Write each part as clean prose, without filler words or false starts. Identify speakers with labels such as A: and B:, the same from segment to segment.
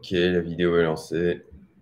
A: Ok, la vidéo est lancée.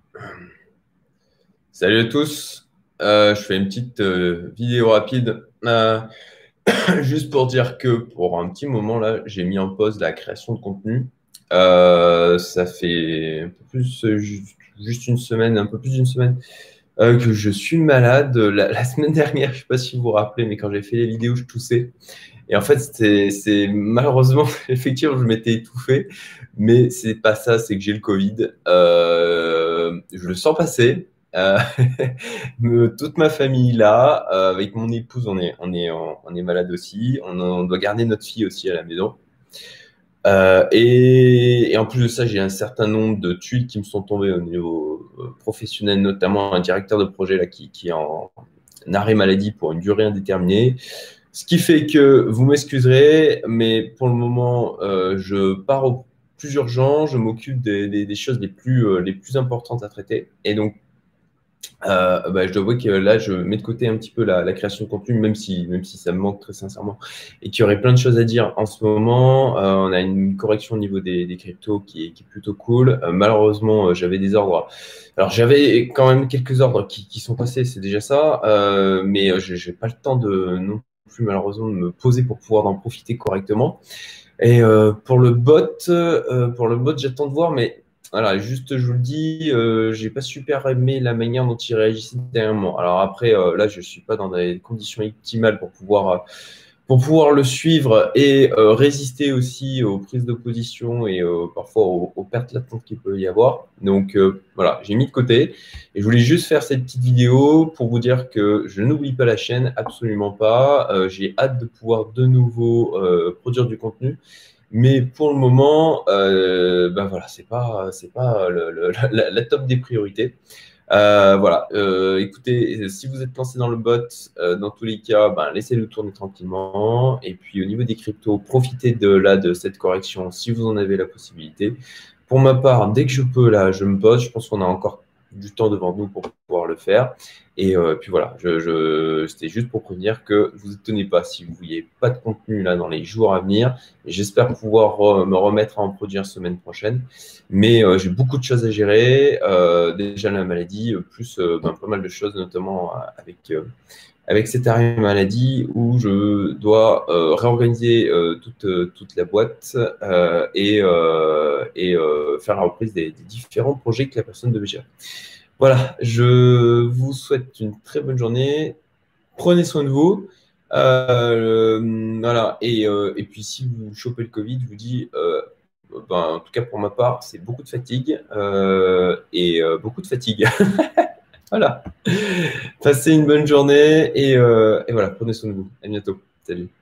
A: Salut à tous. Je fais une petite vidéo rapide. Juste pour dire que pour un petit moment là, j'ai mis en pause la création de contenu. Ça fait un peu plus, juste une semaine, un peu plus d'une semaine que je suis malade. La semaine dernière, je sais pas si vous vous rappelez, mais quand j'ai fait les vidéos, je toussais. Et en fait, c'est malheureusement, effectivement, je m'étais étouffé, mais c'est pas ça, c'est que j'ai le Covid. Je le sens passer. Euh, Toute ma famille là, avec mon épouse, on est malade aussi. On doit garder notre fille aussi à la maison. Et en plus de ça, j'ai un certain nombre de tuiles qui me sont tombées au niveau professionnel, notamment un directeur de projet là qui est en arrêt maladie pour une durée indéterminée. Ce qui fait que vous m'excuserez, mais pour le moment, je pars au plus urgent, je m'occupe des choses les plus importantes à traiter. Et donc, je dois avouer que là, je mets de côté un petit peu la création de contenu, même si ça me manque très sincèrement, et qu'il y aurait plein de choses à dire en ce moment. On a une correction au niveau des cryptos qui est plutôt cool. Malheureusement, j'avais des ordres. Alors, j'avais quand même quelques ordres qui sont passés, c'est déjà ça, mais j'ai pas le temps de non plus malheureusement de me poser pour pouvoir en profiter correctement. Et pour le bot, j'attends de voir, mais voilà, juste je vous le dis, j'ai pas super aimé la manière dont il réagissait dernièrement. Alors après, là, je suis pas dans des conditions optimales pour pouvoir le suivre et résister aussi aux prises d'opposition et parfois aux pertes latentes qu'il peut y avoir. Donc voilà, j'ai mis de côté et je voulais juste faire cette petite vidéo pour vous dire que je n'oublie pas la chaîne, absolument pas. J'ai hâte de pouvoir de nouveau produire du contenu. Mais pour le moment, ben voilà, c'est pas la top des priorités. Voilà, écoutez, si vous êtes lancé dans le bot, dans tous les cas, ben, laissez-le tourner tranquillement. Et puis au niveau des cryptos, profitez de cette correction si vous en avez la possibilité. Pour ma part, dès que je peux, là, je me pose. Je pense qu'on a encore du temps devant nous pour pouvoir le faire. Et puis voilà, c'était juste pour prévenir que vous ne étonnez pas si vous voyez pas de contenu là dans les jours à venir. J'espère pouvoir me remettre à en produire semaine prochaine. Mais j'ai beaucoup de choses à gérer. Déjà la maladie, plus pas mal de choses, notamment avec cet arrêt maladie où je dois réorganiser toute la boîte et faire la reprise des différents projets que la personne devait gérer. Voilà, je vous souhaite une très bonne journée. Prenez soin de vous. Voilà, et puis si vous chopez le Covid, je vous dis, en tout cas pour ma part, c'est beaucoup de fatigue beaucoup de fatigue. Voilà. Passez une bonne journée et voilà, prenez soin de vous. À bientôt. Salut.